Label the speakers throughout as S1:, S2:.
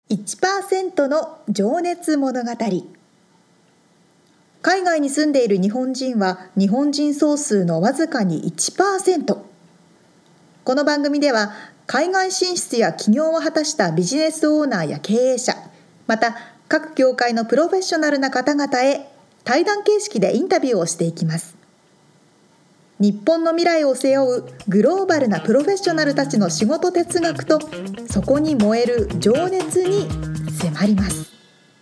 S1: 1% の情熱物語。海外に住んでいる日本人は日本人総数のわずかに 1%。この番組では海外進出や起業を果たしたビジネスオーナーや経営者、また各業界のプロフェッショナルな方々へ対談形式でインタビューをしていきます。日本の未来を背負うグローバルなプロフェッショナルたちの仕事哲学とそこに燃える情熱に迫ります。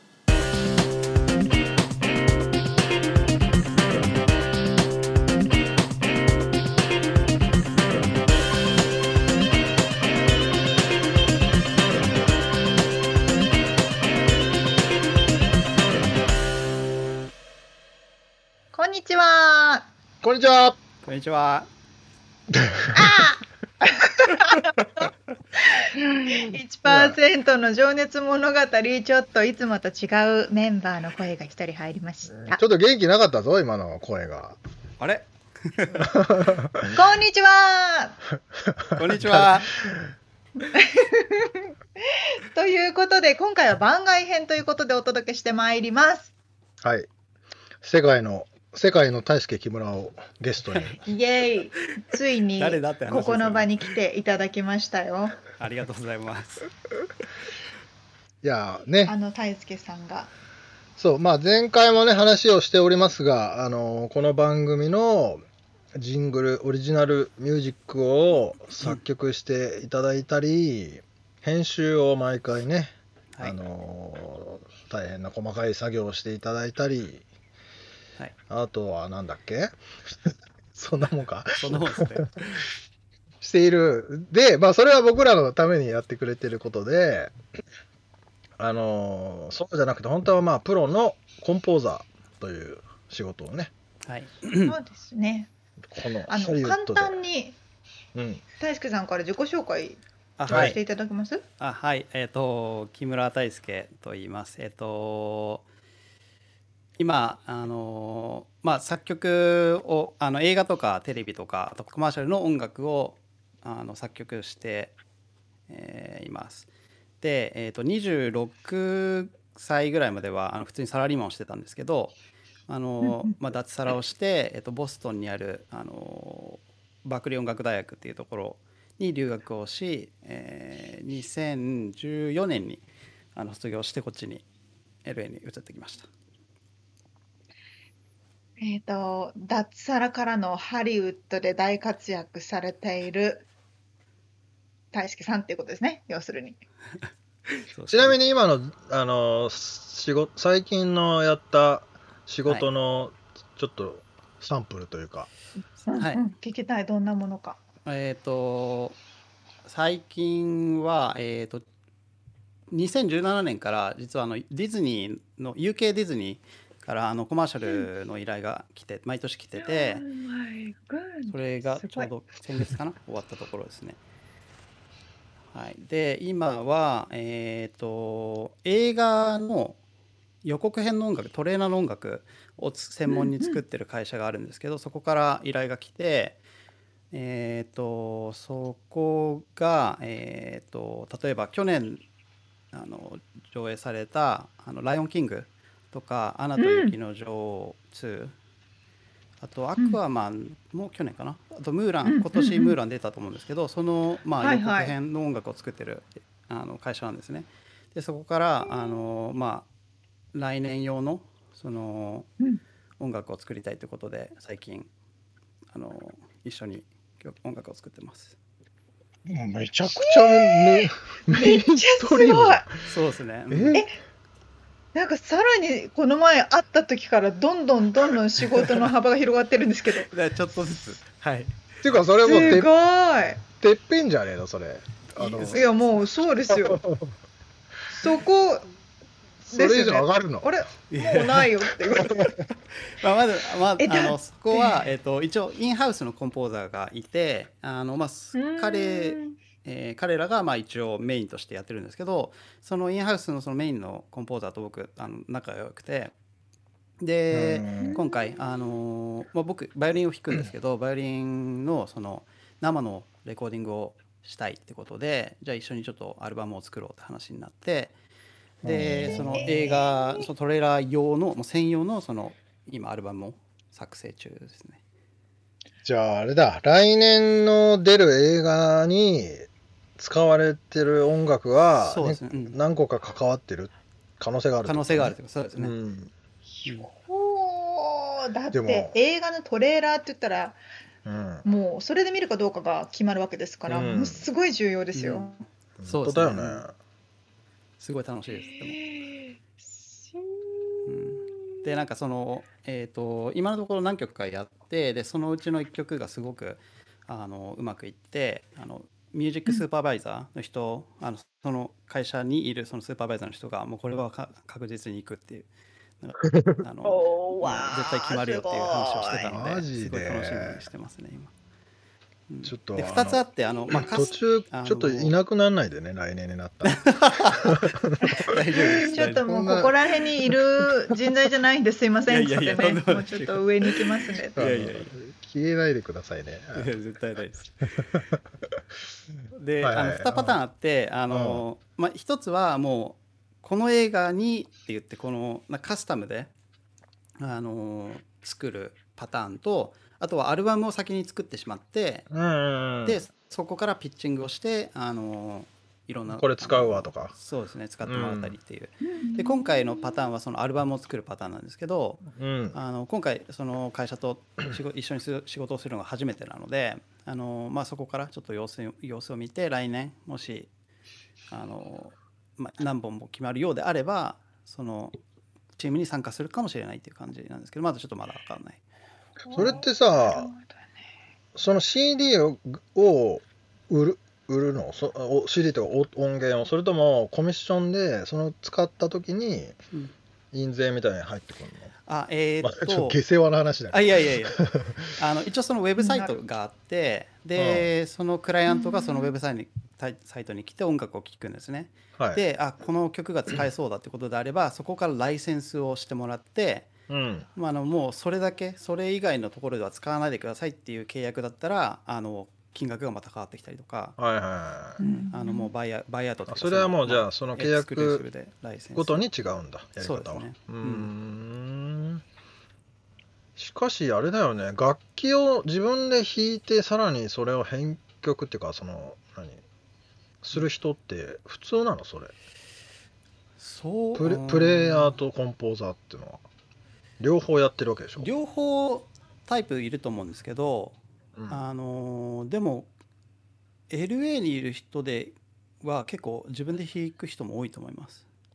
S1: こんにちは。
S2: こんにちは。
S3: こんにちは。
S1: 1% の情熱物語、ちょっといつもと違うメンバーの声が一人入りました。
S2: ちょっと元気なかったぞ今の声が。
S3: あれ
S1: こんにちは。
S3: こんにちは。
S1: ということで今回は番外編ということでお届けしてまいります。
S2: はい。世界の大輔木村をゲストに
S1: イエーイ。ついに
S3: 誰だって話ですよね
S1: ここの場に来ていただきましたよ。
S3: ありがとうございます。
S2: いやね、
S1: 大輔さんが
S2: そう前回もね話をしておりますが、この番組のジングルオリジナルミュージックを作曲していただいたり、編集を毎回ね、
S3: はい、
S2: 大変な細かい作業をしていただいたり、
S3: はい、
S2: あとはなんだっけそんなもんか
S3: その方ですね。
S2: している。で、それは僕らのためにやってくれてることで、そうじゃなくて本当はプロのコンポーザーという仕事をね、
S3: はい。
S1: そうですね。
S2: このハリウッ
S1: 簡
S2: ドで
S1: 単に大輔さんから自己紹介
S3: はい
S1: していただけます？
S3: はい。木村大輔と言います。今作曲を映画とかテレビとかあとコマーシャルの音楽を作曲しています。で、26歳ぐらいまでは普通にサラリーマンをしてたんですけど、脱サラをして、ボストンにあるバークリー音楽大学っていうところに留学をし、2014年に卒業してこっちに LA に移ってきました。
S1: 脱サラからのハリウッドで大活躍されている大輔さんっていうことですね、要するに。
S2: ちなみに今の最近のやった仕事のちょっとサンプルというか、
S3: はい
S1: 聞きたい、どんなものか。
S3: 最近は、2017年から実はディズニーの UK ディズニーからコマーシャルの依頼が来て、毎年来てて、それがちょうど先月かな終わったところですね。はい、で今は、映画の予告編の音楽、トレーナーの音楽を専門に作ってる会社があるんですけど、そこから依頼が来て、そこが、例えば去年上映されたライオンキングとかアナと雪の女王2、あとアクアマンも去年かな、あとムーラン、今年ムーラン出たと思うんですけど、その、予告編の音楽を作ってる会社なんですね。でそこから来年用のその音楽を作りたいということで最近一緒に音楽を作ってます。
S2: めちゃくちゃ
S1: めっちゃすごい。
S3: そうですね。
S1: なんかさらにこの前会った時からどんどん仕事の幅が広がってるんですけど。
S3: ちょっとずつ。はい。
S2: っていうかそれも
S1: すごい。
S2: てっぺんじゃねえのそれ。
S1: いやもうそうですよ。そこですよね。
S2: それ以上上がるの？
S1: あれもうないよって言われて。
S3: そこは、一応インハウスのコンポーザーがいて、彼らが一応メインとしてやってるんですけど、そのインハウスのそのメインのコンポーザーと僕仲が良くて、で今回僕バイオリンを弾くんですけど、バイオリンのその生のレコーディングをしたいってことで、じゃあ一緒にちょっとアルバムを作ろうって話になって、 でその映画そのトレーラー用のもう専用のその今アルバムを作成中ですね。
S2: じゃああれだ、来年の出る映画に使われてる音楽は、
S3: そうですね、
S2: 何個か関わってる可能性がある、
S3: 可能性があるってことそうですね。
S1: だって映画のトレーラーって言ったら、もうそれで見るかどうかが決まるわけですから、ものすごい重要ですよ。
S3: そうですね。本当だよね。すごい楽しいです。でなんかその今のところ何曲かやってでそのうちの1曲がすごくうまくいってミュージックスーパーバイザーの人、その会社にいるそのスーパーバイザーの人がもうこれは確実に行くっていう絶対決まるよっていう話をしてたのですごい楽しみにしてますね今。
S2: ちょっと
S3: で2つあって
S2: 途中ちょっといなくならないでね来年になったら
S1: 大丈夫です。ちょっともうここら辺にいる人材じゃないんですいませんってねもうちょっと上に行きますね
S2: 消えないでくださいね。
S3: 絶対ないですで2パターンあって1つはもうこの映画にって言ってこのカスタムで作るパターンとあとはアルバムを先に作ってしまって、でそこからピッチングをしていろんな
S2: これ使うわとか
S3: そうですね使ってもらったりっていう、で今回のパターンはそのアルバムを作るパターンなんですけど、今回その会社と一緒に仕事をするのが初めてなのでそこからちょっと様子を見て来年もし何本も決まるようであればそのチームに参加するかもしれないっていう感じなんですけどまだちょっとまだ分かんない。
S2: それってさ、その CD を売るのCD とか音源をそれともコミッションでその使った時に印税みたいに入ってくるの？ちょっと下世話な話だけど
S3: いや一応そのウェブサイトがあってでそのクライアントがそのウェブサイトに来て音楽を聴くんですね、でこの曲が使えそうだってことであればそこからライセンスをしてもらってもうそれだけそれ以外のところでは使わないでくださいっていう契約だったら金額がまた変わってきたりとか、もうバイアウトとか
S2: それはもうじゃあその契約ごとに違うんだやり方は。しかしあれだよね、楽器を自分で弾いてさらにそれを編曲っていうかそのする人って普通なのそれ？プレイヤーとコンポーザーっていうのは両方やってるわけでしょ？
S3: 両方タイプいると思うんですけど、でも LA にいる人では結構自分で弾く人も多いと思います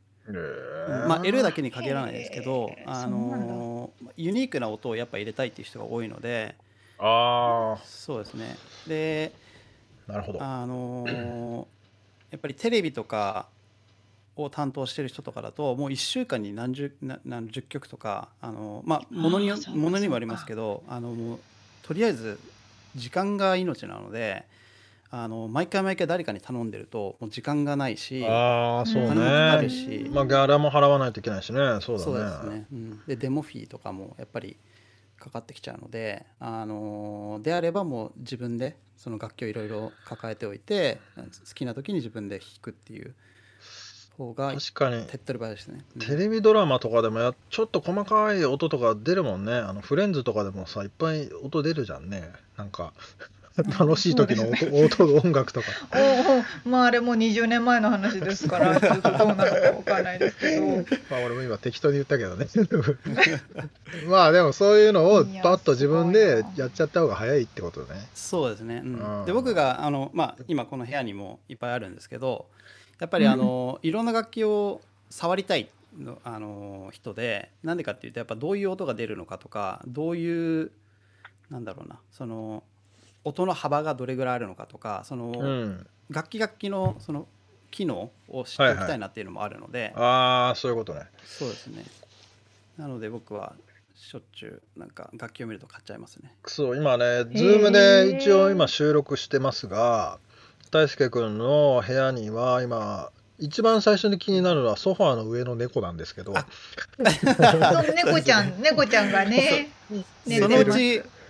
S3: 。LA だけに限らないですけど、ユニークな音をやっぱ入れたいっていう人が多いので、そうですね。で、
S2: なるほど。
S3: やっぱりテレビとかを担当してる人とかだともう1週間に何十曲とかものにもありますけどもうとりあえず時間が命なので毎回誰かに頼んでるともう時間がないし
S2: そうね、
S3: お金もかかるし、
S2: ギャラも払わないといけないしね。そうだね。
S3: そうですね、でデモフィーとかもやっぱりかかってきちゃうのでであればもう自分でその楽器をいろいろ抱えておいて好きな時に自分で弾くっていう方が
S2: 確かに
S3: 手っ取り早いですね。
S2: テレビドラマとかでもちょっと細かい音とか出るもんね。フレンズとかでもさいっぱい音出るじゃんね。なんか楽しい時の音楽とか
S1: あれもう20年前の話ですからちょっとどうなのか分からないですけど
S2: 俺も今適当に言ったけどねでもそういうのをパッと自分でやっちゃった方が早いってことね。
S3: そうですね、で僕が今この部屋にもいっぱいあるんですけどやっぱりいろんな楽器を触りたい人でなんでかっていうとやっぱどういう音が出るのかとかどういうその音の幅がどれぐらいあるのかとかその、楽器のその機能を知っておきたいなっていうのもあるので、
S2: そういうことね。
S3: そうですね。なので僕はしょっちゅう楽器を見ると買っちゃいますね。
S2: そう今ね Zoom で一応今収録してますが大輔くんの部屋には今一番最初に気になるのはソファーの上の猫なんですけど
S1: 猫ちゃんがね
S3: そのうち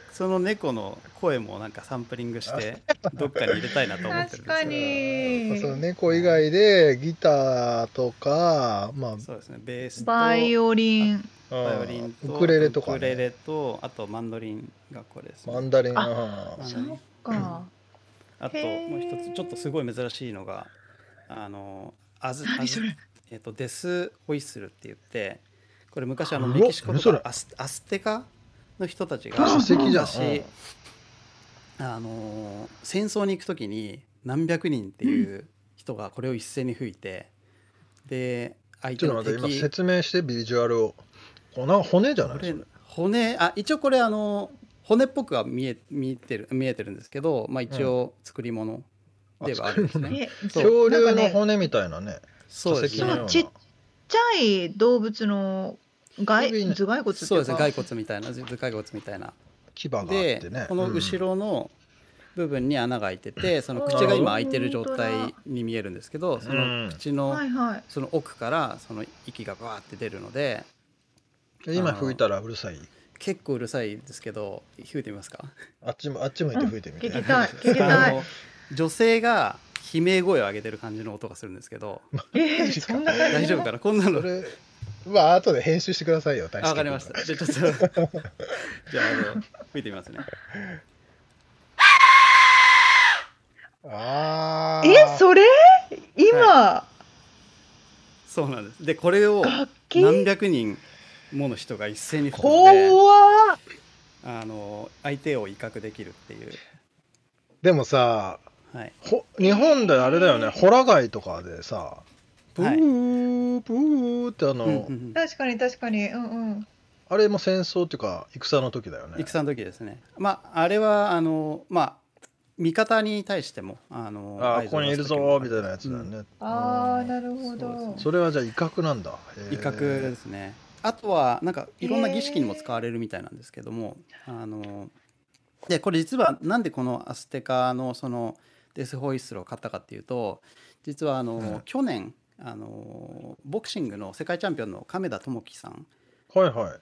S3: その猫の声もなんかサンプリングしてどっかに入れたいなと思ってるんです
S1: 確か
S3: け
S1: に
S2: その猫以外でギターとか、まあ
S3: ど、そうですね、ベースと
S1: バイオリン。
S3: バイオリンと
S2: ウクレレとかね、
S3: ウクレレとあとマンドリンがこれですね。
S2: マンダリン、
S1: あ
S3: マンドリン
S1: そっか。
S3: あと
S1: へー
S3: もう一つちょっとすごい珍しいのが
S1: 何それ。
S3: デスホイッスルって言って、これ昔
S2: うわ
S3: メキシコと
S2: 何それ
S3: かアステカの人たちが
S2: 化石じゃん、
S3: 昔戦争に行く時に何百人っていう人がこれを一斉に吹いて、で相手の
S2: ちょっと待って、今
S3: 敵、
S2: 説明してビジュアルを。骨じゃない
S3: これ
S2: それ。
S3: 骨、一応これ骨っぽくは見えてるんですけど、まあ一応作り物ではあるんですね。そう
S2: 恐竜の
S1: なんかね、
S2: 骨みたいなね。
S3: そうですね
S2: 化石のような。
S1: ちっちゃい動物の頭蓋骨っていうか。
S3: そうですね、骸骨みたいな、頭蓋骨みたいな。
S2: 牙があっ
S3: で
S2: てね。
S3: この後ろの部分に穴が開いてて、その口が今開いてる状態に見えるんですけど、その口の
S1: はいはい。
S3: その奥からその息がバーって出るので、
S2: 今吹いたらうるさい。
S3: 結構うるさいですけど、吹いてみますか。
S2: あっち向いて吹いてみて。
S1: 聞きたい聞きたい。
S3: 女性が悲鳴声を上げてる感じの音がするんですけど、
S1: そんな感じ。
S3: 大丈夫かな、こんなの。
S2: それは後で編集してくださいよ。
S3: わかりました。じゃあちょっとじゃあ吹いてみますね。
S2: ああ。
S1: それ今、
S3: そうなんです。でこれを
S1: 楽器
S3: 何百人もの人が一斉に吹くので、
S1: 怖っ。
S3: 相手を威嚇できるっていう。
S2: でもさ、
S3: はい
S2: 日本であれだよね、ホラ貝とかでさ、ブ
S3: はい
S2: ーブーって
S3: うんうんうん
S1: 確かに確かに。うんうん。
S2: あれも戦争っていうか戦の時だよね。
S3: 戦の時ですね。まああれはまあ味方に対しても
S2: ここにいるぞみたいなやつだよね。
S1: ああ、なるほ
S3: そうです
S1: ど
S3: ね。
S2: それはじゃあ威嚇なんだ。
S3: 威嚇ですね。あとはなんかいろんな儀式にも使われるみたいなんですけども、でこれ実はなんでこのアステカのそのデスホイッスルを買ったかっていうと、実は去年ボクシングの世界チャンピオンの亀田智樹さん
S2: はいはい。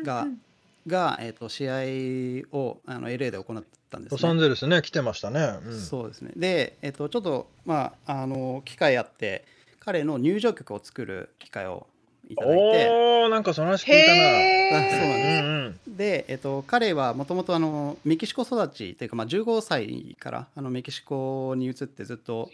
S3: が試合をLA で行ったんですね。
S2: ロサンゼルスね来てましたね。
S3: そうですね。でちょっとまあ機会あって彼の入場曲を作る機会をいただいて。
S2: おー、なんかその話聞いたな。
S3: そうなんです。で、彼はもともとメキシコ育ちというか、まあ、15歳からメキシコに移ってずっと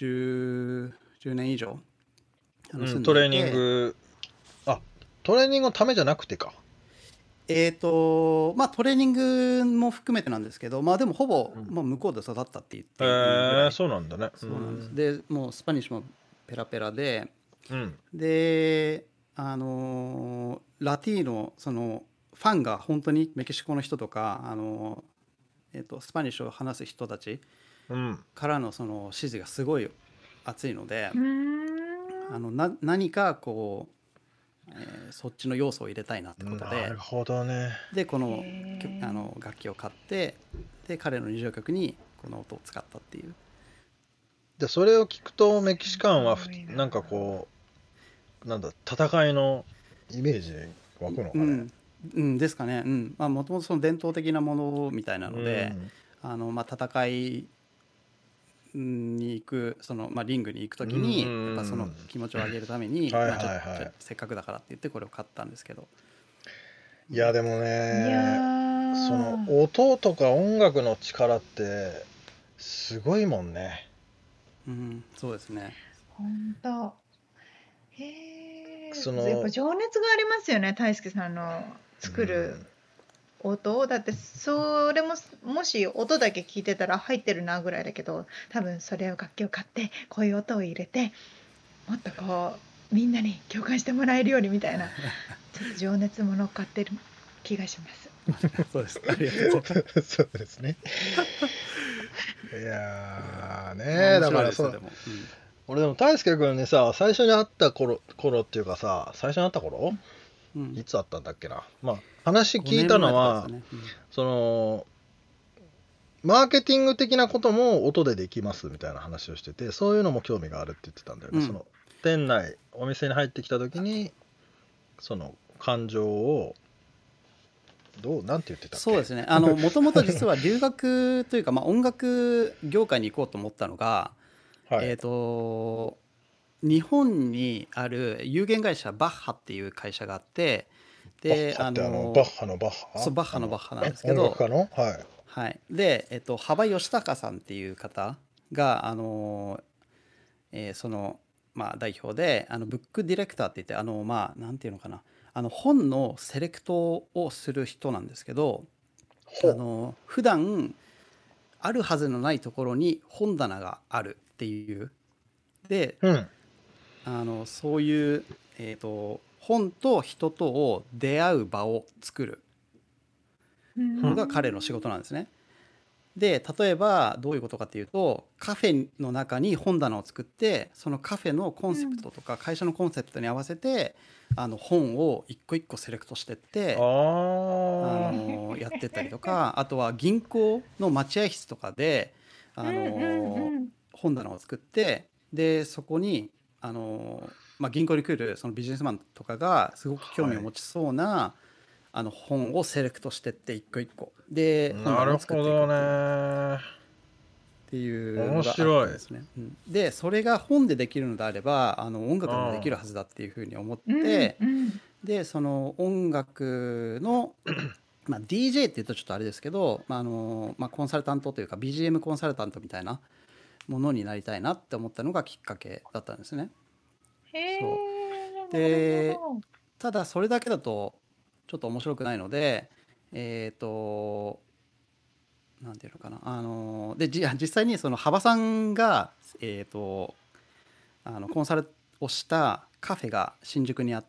S3: 10年以上住んでいて、
S2: トレーニングのためじゃなくてか。
S3: まあ、トレーニングも含めてなんですけど、まあ、でもほぼ、まあ、向こうで育ったって言っていいぐらい。
S2: そうなんだね。
S3: そうなんです。でもうスパニッシュもペラペラで、
S2: うん
S3: でラティーノそのファンが本当にメキシコの人とかスパニッシュを話す人たちからのその支持がすごい熱いので、何かこう、そっちの要素を入れたいなってことで、
S2: なるほどね。
S3: でこの楽器を買って、で彼の入場曲にこの音を使ったっていう。
S2: でそれを聞くとメキシカンはなんかこうなんだ戦いのイメージ湧くのかね。
S3: ですかね。まあもともとその伝統的なものみたいなので、まあ戦いに行くまあ、リングに行くときにやっぱその気持ちを上げるためにせっかくだからって言ってこれを買ったんですけど。
S2: いやでもね、その音とか音楽の力ってすごいもんね。
S3: そうですね。
S1: 本当。やっぱ情熱がありますよね、大輔さんの作る音。だってそれももし音だけ聞いてたら入ってるなぐらいだけど、多分それを楽器を買ってこういう音を入れてもっとこうみんなに共感してもらえるようにみたいなちょっと情熱も乗っかってる気がします。
S3: そうです。ありがとうございます。
S2: そうですね。いやね、だから俺でも大輔君にさ最初に会った頃っていうかさ、最初に会った頃、いつ会ったんだっけな。まあ話聞いたのは、そのマーケティング的なことも音でできますみたいな話をしてて、そういうのも興味があるって言ってたんだよね。その店内お店に入ってきた時にその感情をなんて言ってたっけ？
S3: そうですね。もともと実は留学というか、音楽業界に行こうと思ったのが、
S2: はい。
S3: 日本にある有限会社バッハっていう会社があって、で、
S2: バッハってバッハのバッ
S3: そう、
S2: ハ
S3: バッハのバッハなんですけ
S2: 音楽
S3: ど、
S2: 家の、はい。
S3: はい。で、幅義孝さんっていう方が、その、代表で、ブックディレクターって言って、なんていうのかな、本のセレクトをする人なんですけど、
S2: ほ
S3: 普段あるはずのないところに本棚があるっていう。で、
S2: う。うん。
S3: そういう、本と人とを出会う場を作るのが彼の仕事なんですね。で、例えばどういうことかっていうと、カフェの中に本棚を作って、そのカフェのコンセプトとか会社のコンセプトに合わせて本を一個一個セレクトしてってやってったりとか、あとは銀行の待合室とかで本棚を作って、でそこに銀行に来るそのビジネスマンとかがすごく興味を持ちそうな、本をセレクトしてって一個一個で本棚を作っていくっていうのがあったんですね。でそれが本でできるのであれば音楽でもできるはずだっていうふうに思って、でその音楽のDJ っていうとちょっとあれですけど、コンサルタントというか BGM コンサルタントみたいなものになりたいなって思ったのがきっかけだったんですね。そうでただそれだけだとちょっと面白くないのでなんていうのかなで実際にその幅さんがコンサルをしたカフェが新宿にあって、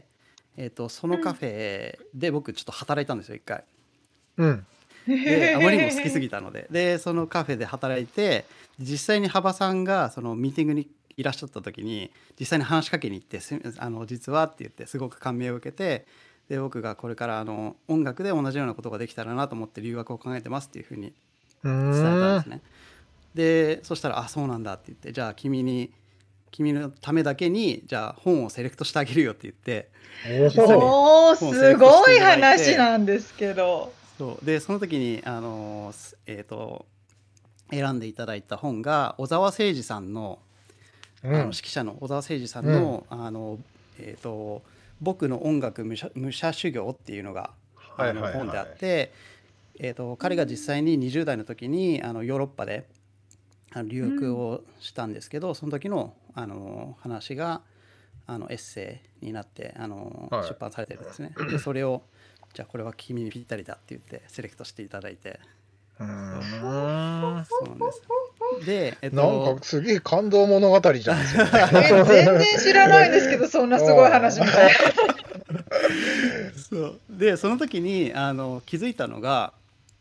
S3: そのカフェで僕ちょっと働いたんですよ一回。であまりにも好きすぎたのでそのカフェで働いて、実際に幅さんがそのミーティングにいらっしゃった時に実際に話しかけに行って実はって言ってすごく感銘を受けて、で僕がこれから音楽で同じようなことができたらなと思って留学を考えてますっていうふうに伝えたんですね。でそしたらそうなんだって言って、じゃあ君のためだけにじゃあ本をセレクトしてあげるよって言って、
S1: すごい話なんですけど。
S3: そうでその時に選んでいただいた本が小沢誠二さんの、指揮者の小沢誠二さんの、僕の音楽武者修行っていうのが本であって、彼が実際に20代の時にヨーロッパで留学をしたんですけど、その時の話がエッセイになって出版されてるんですね。でそれをじゃあこれは君にぴったりだって言ってセレクトしていただいて、そうなんです。
S2: なんかすげえ感動物語じゃん。
S1: 全然知らないんですけどそんなすごい話みたいな。
S3: そうでその時に気づいたのが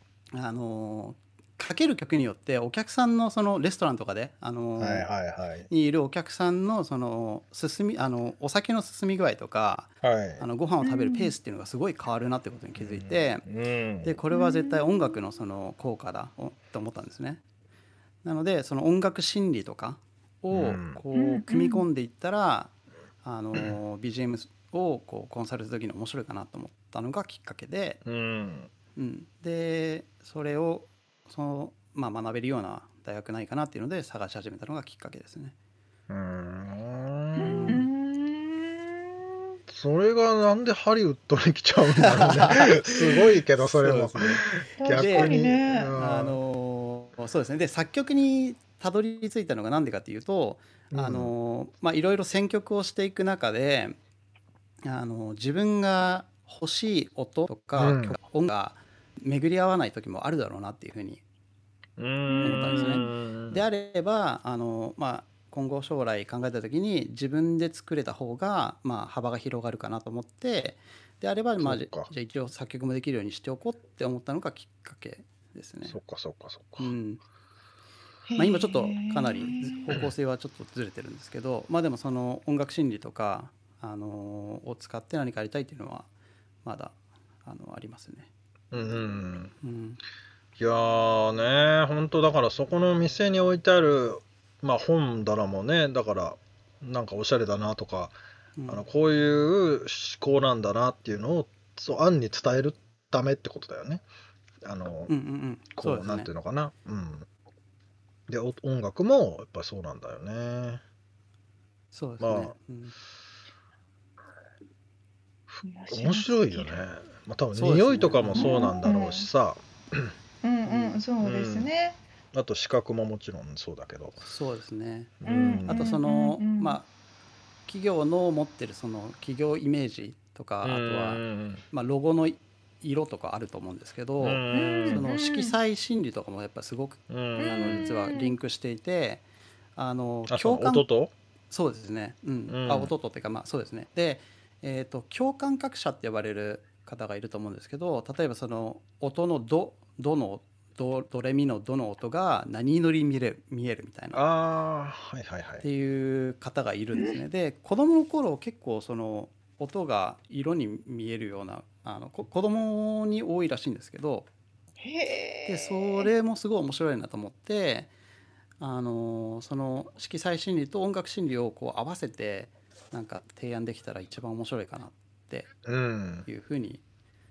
S3: かける曲によってお客さんのそのレストランとかでにいるお客さんのそのお酒の進み具合とか、ご飯を食べるペースっていうのがすごい変わるなってことに気づいて、でこれは絶対音楽のその効果だと思ったんですね。なのでその音楽心理とかをこう組み込んでいったらBGM をこうコンサルする時に面白いかなと思ったのがきっかけで、でそれを学べるような大学ないかなっていうので探し始めたのがきっかけですね。
S2: それがなんでハリウッドに来ちゃうんだろうね。すごいけどそれも逆に
S3: そうですね。で作曲にたどり着いたのがなんでかっていうと、いろいろ選曲をしていく中で自分が欲しい音とか、音が巡り合わない時もあるだろうなっていうふうに思ったんですね。であれば今後将来考えた時に自分で作れた方が幅が広がるかなと思って、であればじゃあ一応作曲もできるようにしておこうって思ったのがきっかけですね。今ちょっとかなり方向性はちょっとずれてるんですけど、でもその音楽心理とかを使って何かやりたいっていうのはまだありますね。
S2: いやーね、本当だからそこの店に置いてある本棚もね、だからなんかおしゃれだなとか、こういう思考なんだなっていうのを暗に伝えるっためってことだよね。こう、なんていうのかな、で音楽もやっぱそうなんだよね。
S3: そうですね、
S2: 面白いよね。多分匂いとかもそうなんだろうしさ。
S1: そうですね。
S2: あと視覚ももちろんそうだけど。
S3: そうですね。あとその企業の持ってるその企業イメージとか、あとはロゴの色とかあると思うんですけど、その色彩心理とかもやっぱすごく実はリンクしていて、共感、
S2: 音と
S3: そうですね、音とっていうかそうですね。で、共感覚者って呼ばれる方がいると思うんですけど、例えばその音のドレミのドの音が何色に見えるみたいなっていう方がいるんですね。で、子供の頃結構その音が色に見えるような子供に多いらしいんですけど、でそれもすごい面白いなと思って、その色彩心理と音楽心理をこう合わせてなんか提案できたら一番面白いかなっていうふうに、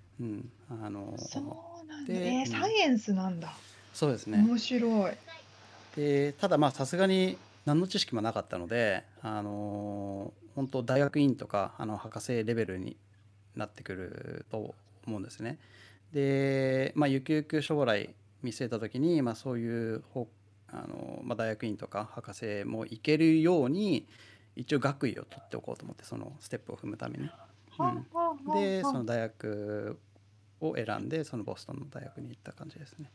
S1: そうなんだ。サイエンスなんだ。
S3: そうですね。
S1: 面白い。
S3: でたださすがに何の知識もなかったので、本当大学院とか博士レベルになってくると思うんですね。で、ゆくゆく将来見据えた時に、そういう大学院とか博士も行けるように一応学位を取っておこうと思って、そのステップを踏むために、でその大学を選んでそのボストンの大学に行った感じですね。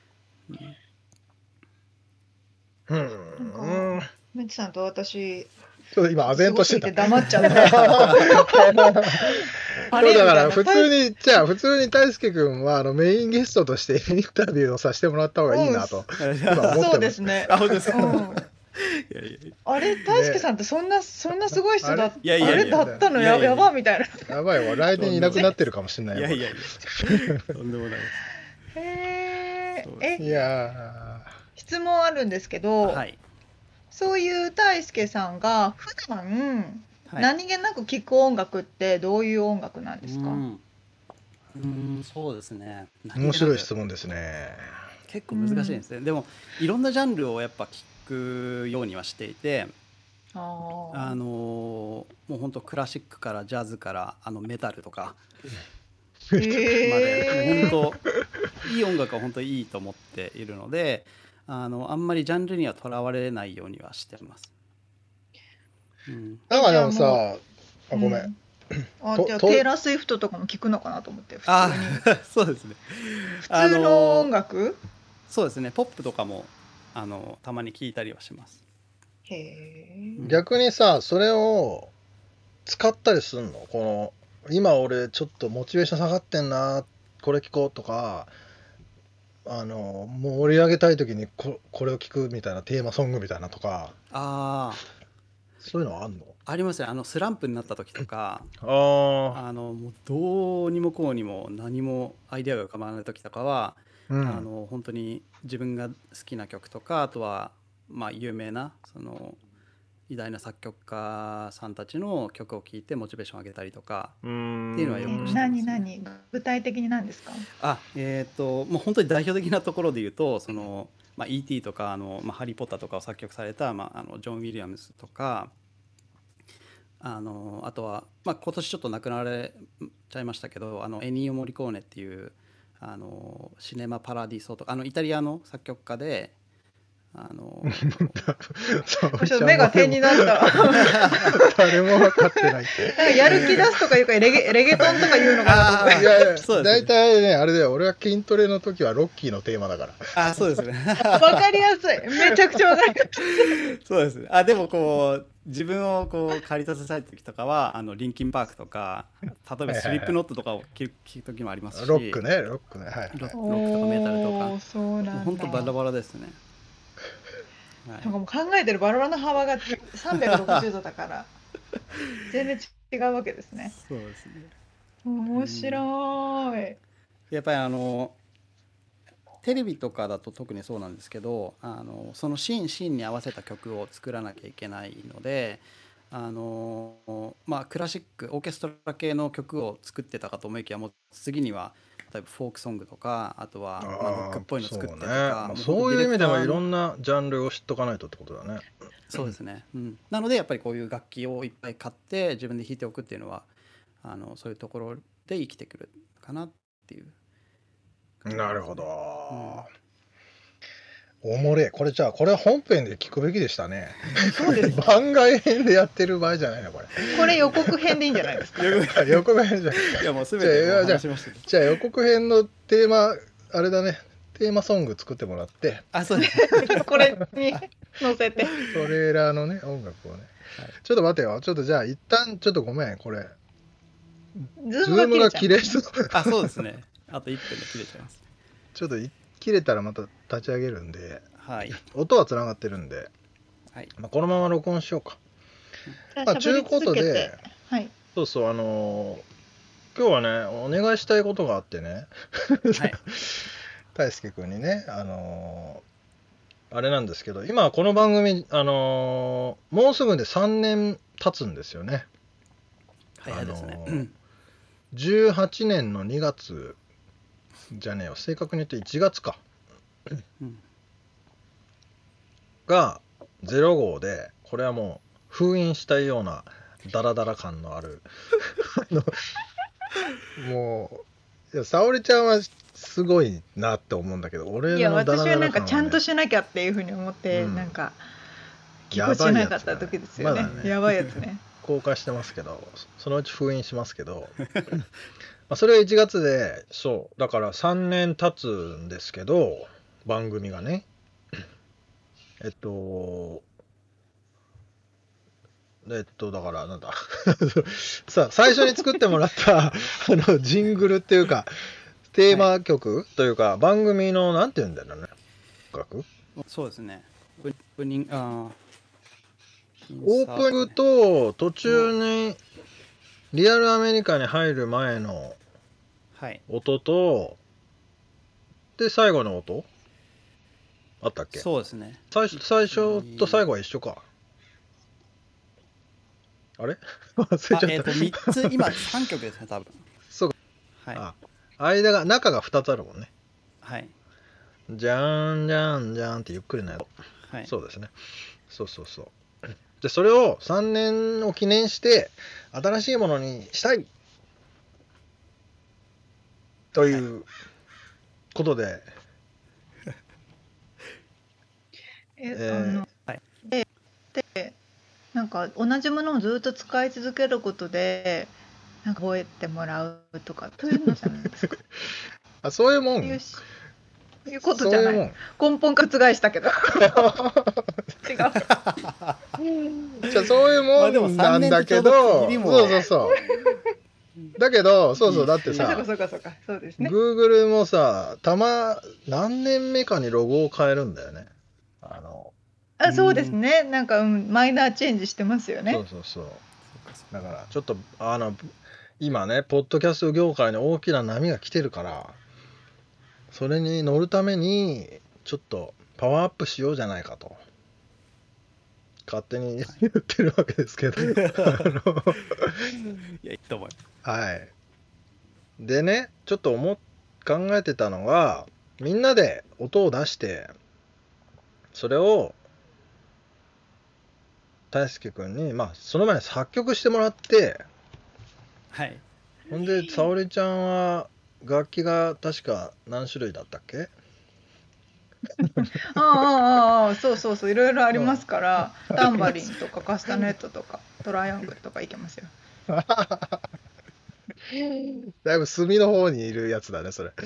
S1: メチさんと私
S2: ちょっと今唖然としてた。
S1: 黙っちゃった。
S2: だから普通に大輔君はメインゲストとしてインタビューをさせてもらった方がいいなと今思ってます。
S1: そうですね。あれ大輔さんってそんなすごい人だったったのやばみたいな。
S2: やばいわ、来年いなくなってるかもしれないよ。
S3: とんでもない
S1: です。いや質問あるんですけど、そういう大輔さんが普段何気なく聴く音楽ってどういう音楽なんですか？
S3: そうですね。
S2: 面白い質問ですね。
S3: 結構難しいですね。でもいろんなジャンルをやっぱ聞くようにはしていて、もう本当クラシックからジャズからメタルとかまで、本当いい音楽は本当にいいと思っているので、あんまりジャンルにはとらわれないようにはしてます。
S2: でもさ、ごめん。
S1: じゃあテイラー・スウィフトとかも聞くのかなと思って。普通に。
S3: そうですね。
S1: 普通の音楽？
S3: そうですね。ポップとかもたまに聞いたりはします。
S2: 逆にさ、それを使ったりするの？この今俺ちょっとモチベーション下がってんな、これ聞こうとか、もう盛り上げたい時にこれを聞くみたいなテーマソングみたいなとか、そういうのはあんの？
S3: ありますね。スランプになった時とか、もうどうにもこうにも何もアイデアが浮かばない時とかは、本当に自分が好きな曲とか、あとは有名なその偉大な作曲家さんたちの曲を聴いてモチベーション上げたりとかっていうのはよくしてます。
S1: 何具体的に何ですか？
S3: もう本当に代表的なところで言うと、そのE.T. とかハリー・ポッターとかを作曲された、ジョン・ウィリアムスとか、あとは、今年ちょっと亡くなられちゃいましたけど、エニオ・モリコーネっていうシネマ・パラディソとかイタリアの作曲家で、
S1: 目が点になった。
S2: 誰も分かってないって。
S1: やる気出すとかいうかレゲトンとか言うのかなと思って。
S2: いや大体ね、あれだよ、俺は筋トレの時はロッキーのテーマだから。
S3: そうですね。
S1: 分かりやすい。めちゃくちゃ分かりやす
S3: い。そうですね。でもこう自分をこう駆り立てたい時とかはリンキンパークとか、例えばスリップノットとかを聞く時もありますし、
S2: ロックね、はい、
S3: ロックとかメタルとか、
S1: そうなんだ。
S3: 本当バラバラですね。
S1: なんかもう考えてるバラバラの幅が360度だから全然違うわけですね。
S3: そうですね。
S1: 面白い。
S3: やっぱりテレビとかだと特にそうなんですけど、そのシーンに合わせた曲を作らなきゃいけないので、クラシックオーケストラ系の曲を作ってたかと思いきや、もう次には例えばフォークソングとか、あとはロックっぽいの作ってと
S2: そうね、
S3: か、
S2: そういう意味ではいろ
S3: ん
S2: んなジャンルを知っとかないとってことだね。
S3: そうですね、なのでやっぱりこういう楽器をいっぱい買って自分で弾いておくっていうのはそういうところで生きてくるかなっていう感じですね。
S2: なるほど、おもれ。これじゃあこれ本編で聞くべきでしたね。
S1: そうですね。
S2: 番外編でやってる場合じゃないのこれ。
S1: これ予告編でいいんじゃないですか。
S2: 予告編じゃない。
S3: いやもう全てもう話しましたけど。
S2: じゃあ予告編のテーマあれだね。テーマソング作ってもらって、
S3: そうですね。
S1: これに載せて
S2: トレーラーのね音楽をね、ちょっと待てよ。ちょっとじゃあ一旦ちょっとごめん、これ
S1: ズ
S2: ズームが切れそう。
S3: そうですね。あと1分で切れちゃいます。
S2: ちょっと切れたらまた立ち上げるんで、
S3: はい。
S2: 音はつながってるんで、
S3: はい。
S2: このまま録音しようか。
S1: ちゅうことで、はい、
S2: そうそう、今日はねお願いしたいことがあってね、
S3: はい、
S2: 大輔君にね、あれなんですけど、今この番組、もうすぐで3年経つんですよね。
S3: 早いですね。
S2: 18年の2月じゃねえよ、正確に言って1月か、が0号で、これはもう封印したいようなダラダラ感のあるもういや沙織ちゃんはすごいなって思うんだけど、俺の
S1: いや
S2: ダラダラ感は、ね、
S1: 私はなんかちゃんとしなきゃっていうふうに思って、なんかぎこちなかった時ですよね。やばいやつね。
S2: 公開してますけど、そのうち封印しますけどそれが1月で、そうだから3年経つんですけど、番組がねだからなんださあ最初に作ってもらったジングルっていうかテーマ曲というか、番組のなんて言うんだろうね、
S3: そうですね。
S2: オープニングと途中にリアルアメリカに入る前の音と、で最後の音あったっけ？
S3: そうですね。
S2: 最初と最後は一緒か。あれ忘れちゃった。
S3: 3つ、今3曲ですね多分。
S2: そうか、間が中が2つあるもんね。
S3: はい。
S2: じゃーんじゃーんじゃーんってゆっくりなやつ、
S3: はい、
S2: そうですね。そうでそれを3年を記念して新しいものにしたいということで、
S1: でなんか同じものをずっと使い続けることでなんか覚えてもらうとかそういうのじゃないですか。
S2: そういうもん。
S1: そういうことじゃない。根本から覆したけど違う。
S2: じゃあそういうもんなんだけど、そうだけどそうだってさ、
S1: そうですね。
S2: Google もさ何年目かにロゴを変えるんだよね。
S1: そうですね。なんか、マイナーチェンジしてますよね。
S2: そうだからちょっと今ねポッドキャスト業界に大きな波が来てるから、それに乗るためにちょっとパワーアップしようじゃないかと勝手に言ってるわけですけどい
S3: やいいと思います。
S2: はい。でね、ちょっと考えてたのが、みんなで音を出してそれを大輔くんにその前に作曲してもらって、
S3: はい。
S2: ほんで沙織ちゃんは楽器が確か何種類だったっけ？
S1: そういろいろありますから、タンバリンとかカスタネットとかトライアングルとかいけますよ。
S2: だいぶ隅の方にいるやつだねそれ。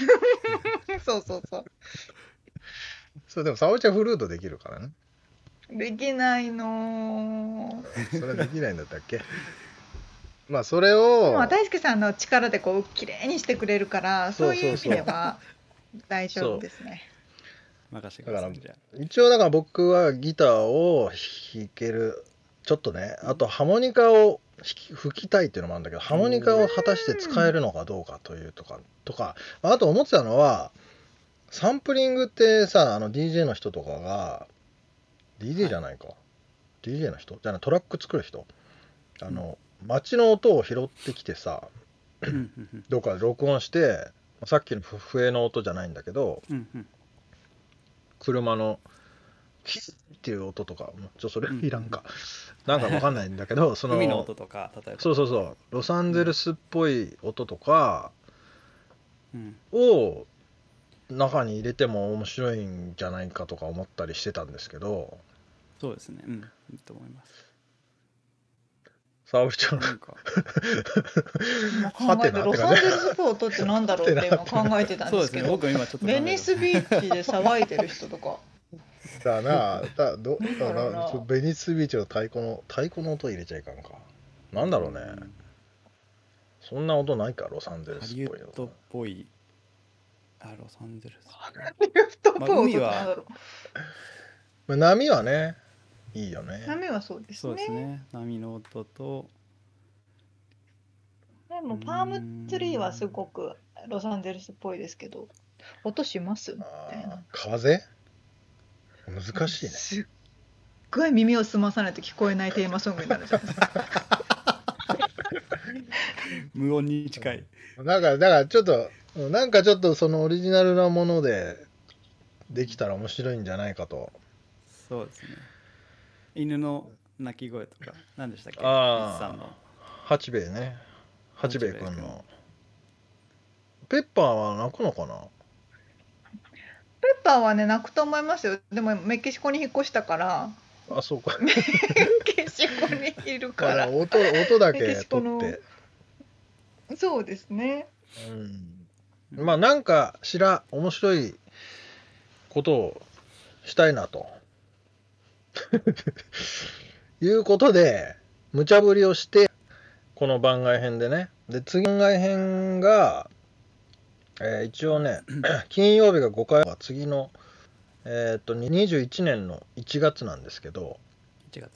S2: そうでも沙織ちゃんフルートできるからね。
S1: できないの。
S2: それできないんだったっけ？それを
S1: 大輔さんの力でこう綺麗にしてくれるから、そういう意味では大丈夫ですね。
S3: 任せてください。
S2: 一応だから僕はギターを弾ける、ちょっとね、あとハーモニカを吹きたいっていうのもあるんだけど、ハーモニカを果たして使えるのかどうかというとか、あと思ってたのはサンプリングってさ、DJ の人とかが DJ じゃないか、DJ の人じゃない、トラック作る人、街の音を拾ってきてさどっかで録音してさっきの笛の音じゃないんだけど、
S3: うんうん
S2: 車のキッっていう音とかそれいらんか、なんかわかんないんだけどその
S3: 海の音とか例えば
S2: そうロサンゼルスっぽい音とか
S3: うん
S2: を中に入れても面白いんじゃないかとか思ったりしてたんですけど、
S3: そうですね、うんいいと思います。
S2: 沙織ちゃん
S3: なんか
S1: 今考えてロサンゼルスっぽい音ってなんだろうって今考えてたん
S3: そうですね、
S1: ですけど、
S3: 僕今ちょっと
S1: ベニスビーチで騒いでる人とか
S2: だな
S1: だろうな
S2: ベニスビーチの太鼓の音入れちゃいかんか、なんだろうね、そんな音ないか、ロサンゼル
S3: ハ
S2: スっぽい音
S3: リウッドっぽいロサンゼルス
S1: っぽい音ってなんだろう。
S2: 波はねいいよね。
S1: 波はそうです
S3: そうです
S1: ね。
S3: ね、波の音と
S1: でもパームツリーはすごくロサンゼルスっぽいですけど、音しますみたいな。
S2: 風難しいね。
S1: すっごい耳を澄まさないと聞こえないテーマソングになるじゃないですか。
S3: 無音に近い。
S2: だからちょっとそのオリジナルなものでできたら面白いんじゃないかと。
S3: そうですね。犬の鳴き声とか何でしたっけ？
S2: ああ、
S3: さんの
S2: 八兵衛ね。八兵衛くんの。ペッパーは鳴くのかな？
S1: ペッパーはね鳴くと思いますよ。でもメキシコに引っ越したから。
S2: あ、そうか。
S1: メキシコにいるから。
S2: 音だけ取って。
S1: そうですね。
S2: まあなんか面白いことをしたいなということで無茶ぶりをしてこの番外編でね、で次番外編が、一応ね金曜日が5回が次の21年の1月なんですけど、
S3: 1月、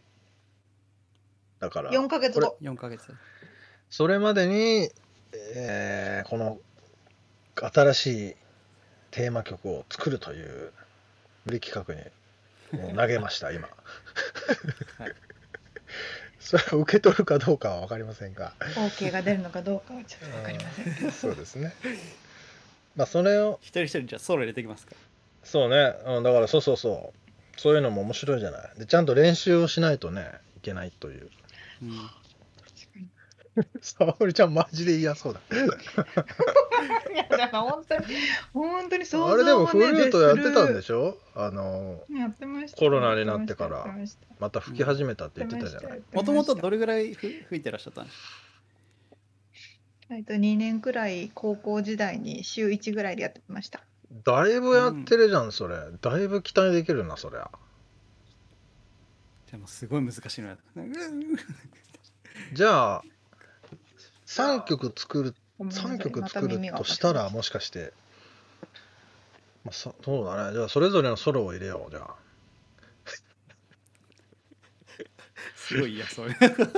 S1: だから4ヶ月後、
S3: 4ヶ月
S2: それまでに、この新しいテーマ曲を作るという無理企画にもう投げました今、はい、それを受け取るかどうかは分かりませんが
S1: OK が出るのかどうかはちょっと分かりませんけど
S2: そうですね、まあそれを
S3: 一人一人じゃあソロ入れてきますか。
S2: そうね、だからそういうのも面白いじゃない。でちゃんと練習をしないとねいけないという、沙織ちゃんマジで嫌そうだ
S1: いやだから本当に想像も、ね、
S2: あれでもフルートやってたんでしょ、
S1: やってました、
S2: コロナになってからまた吹き始めたって言ってたじゃない。
S3: もともとどれぐらい吹いてらっしゃったんですか。
S1: 2年くらい高校時代に週1ぐらいでやってました。
S2: だいぶやってるじゃん、それ。だいぶ期待できるな、そりゃ。
S3: でもすごい難しいのや
S2: じゃあ3曲作るとしたらもしかして、そうだね。じゃあそれぞれのソロを入れよう。じゃあ
S3: すごい嫌そう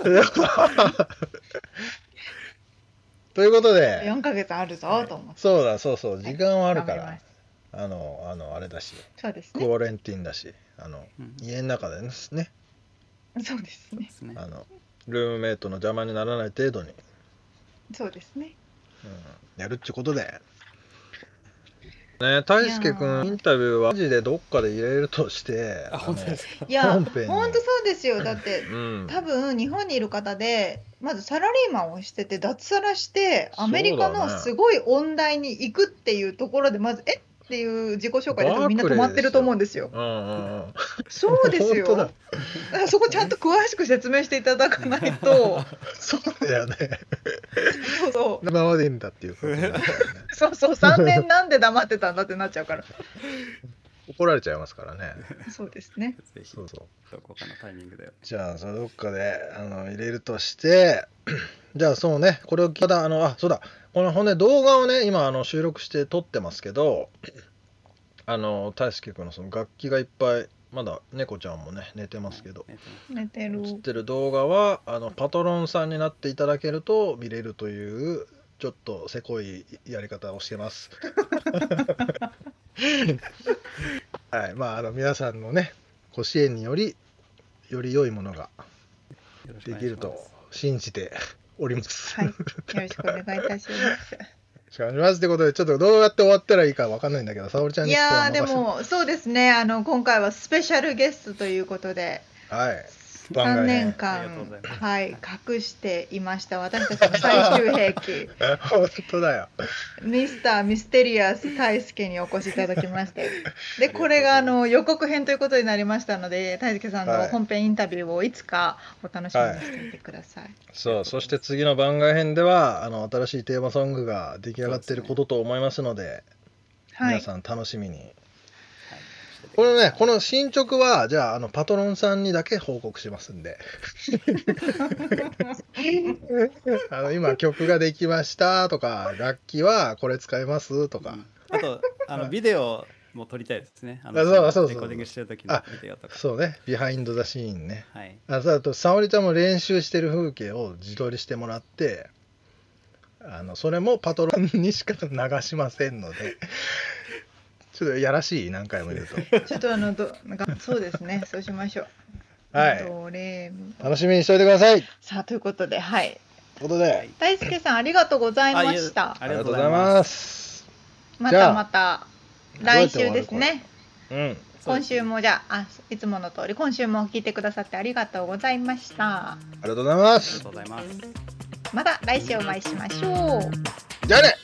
S2: ということで
S1: 4ヶ月あるぞと思って。
S2: そう時間はあるから、あれだし、
S1: そうですね、
S2: クオレンティンだし、家の中でね、
S1: そうですね、
S2: ルームメイトの邪魔にならない程度に、
S1: そうですね、
S2: やるってことでね。大輔くんインタビューはマジでどっかで入れるとして、
S3: 本当ですか。
S1: いや本当そうですよ。だって、多分日本にいる方でまずサラリーマンをしてて脱サラしてアメリカのすごい音大に行くっていうところでまずっていう自己紹介でみんな止まってると思うんですよ。そうですよ。だからそこちゃんと詳しく説明していただかないと
S2: そうだよね。
S1: そう
S2: 今までいいんだっていうことだよね。
S1: そう3年なんで黙ってたんだってなっちゃうから
S2: 怒られちゃいますからね。
S1: そうですね。
S3: そうどこかのタイミングで。
S2: じゃあそれどっかで入れるとしてじゃあそうね、これを聞いたそうだ、この骨動画をね今収録して撮ってますけど、大輔君のその楽器がいっぱい、まだ猫ちゃんもね寝てますけど、
S1: 寝てる
S2: 映ってる動画はパトロンさんになっていただけると見れるというちょっとせこいやり方をしてますはい、まあ皆さんのねご支援により良いものができると信じております。
S1: はい、よろしくお願いいたします。
S2: しますってことで、ちょっとどうやって終わったらいいかわかんないんだけど、沙織ちゃんに
S1: いやーでもそうですね、今回はスペシャルゲストということで、
S2: はい、
S1: 3年間、はい、隠していました私たちの最終兵器
S2: 本当だよ、
S1: ミスターミステリアス大輔にお越しいただきまして、でこれが予告編ということになりましたので、大輔さんの本編インタビューをいつかお楽しみにしていてください。
S2: そして次の番外編では新しいテーマソングが出来上がっていることと思いますので、皆さん楽しみに。これね、この進捗はじゃあパトロンさんにだけ報告しますんで今曲ができましたとか、楽器はこれ使いますとか、
S3: あとビデオも撮りたいですね。
S2: そう
S3: レコーディングしてる時のビデオとか。
S2: そうね、ビハインドザシーンね。
S3: はい。
S2: あと沙織ちゃんも練習してる風景を自撮りしてもらって、それもパトロンにしか流しませんのでちょっとやらしい、何回も言うと
S1: ちょっとなんかそうですね、そうしましょう。
S2: はい、楽しみにしておいてください。
S1: さあということで、はい、
S2: ということで
S1: 大輔さんありがとうございました。
S3: ありがとうございます。
S1: また来週ですね。今週もじゃあいつもの通り今週も聞いてくださってありがとうございました。
S2: ありがとうございます。
S3: ありがとうございます。
S1: また来週お会いしましょう。
S2: じゃあね。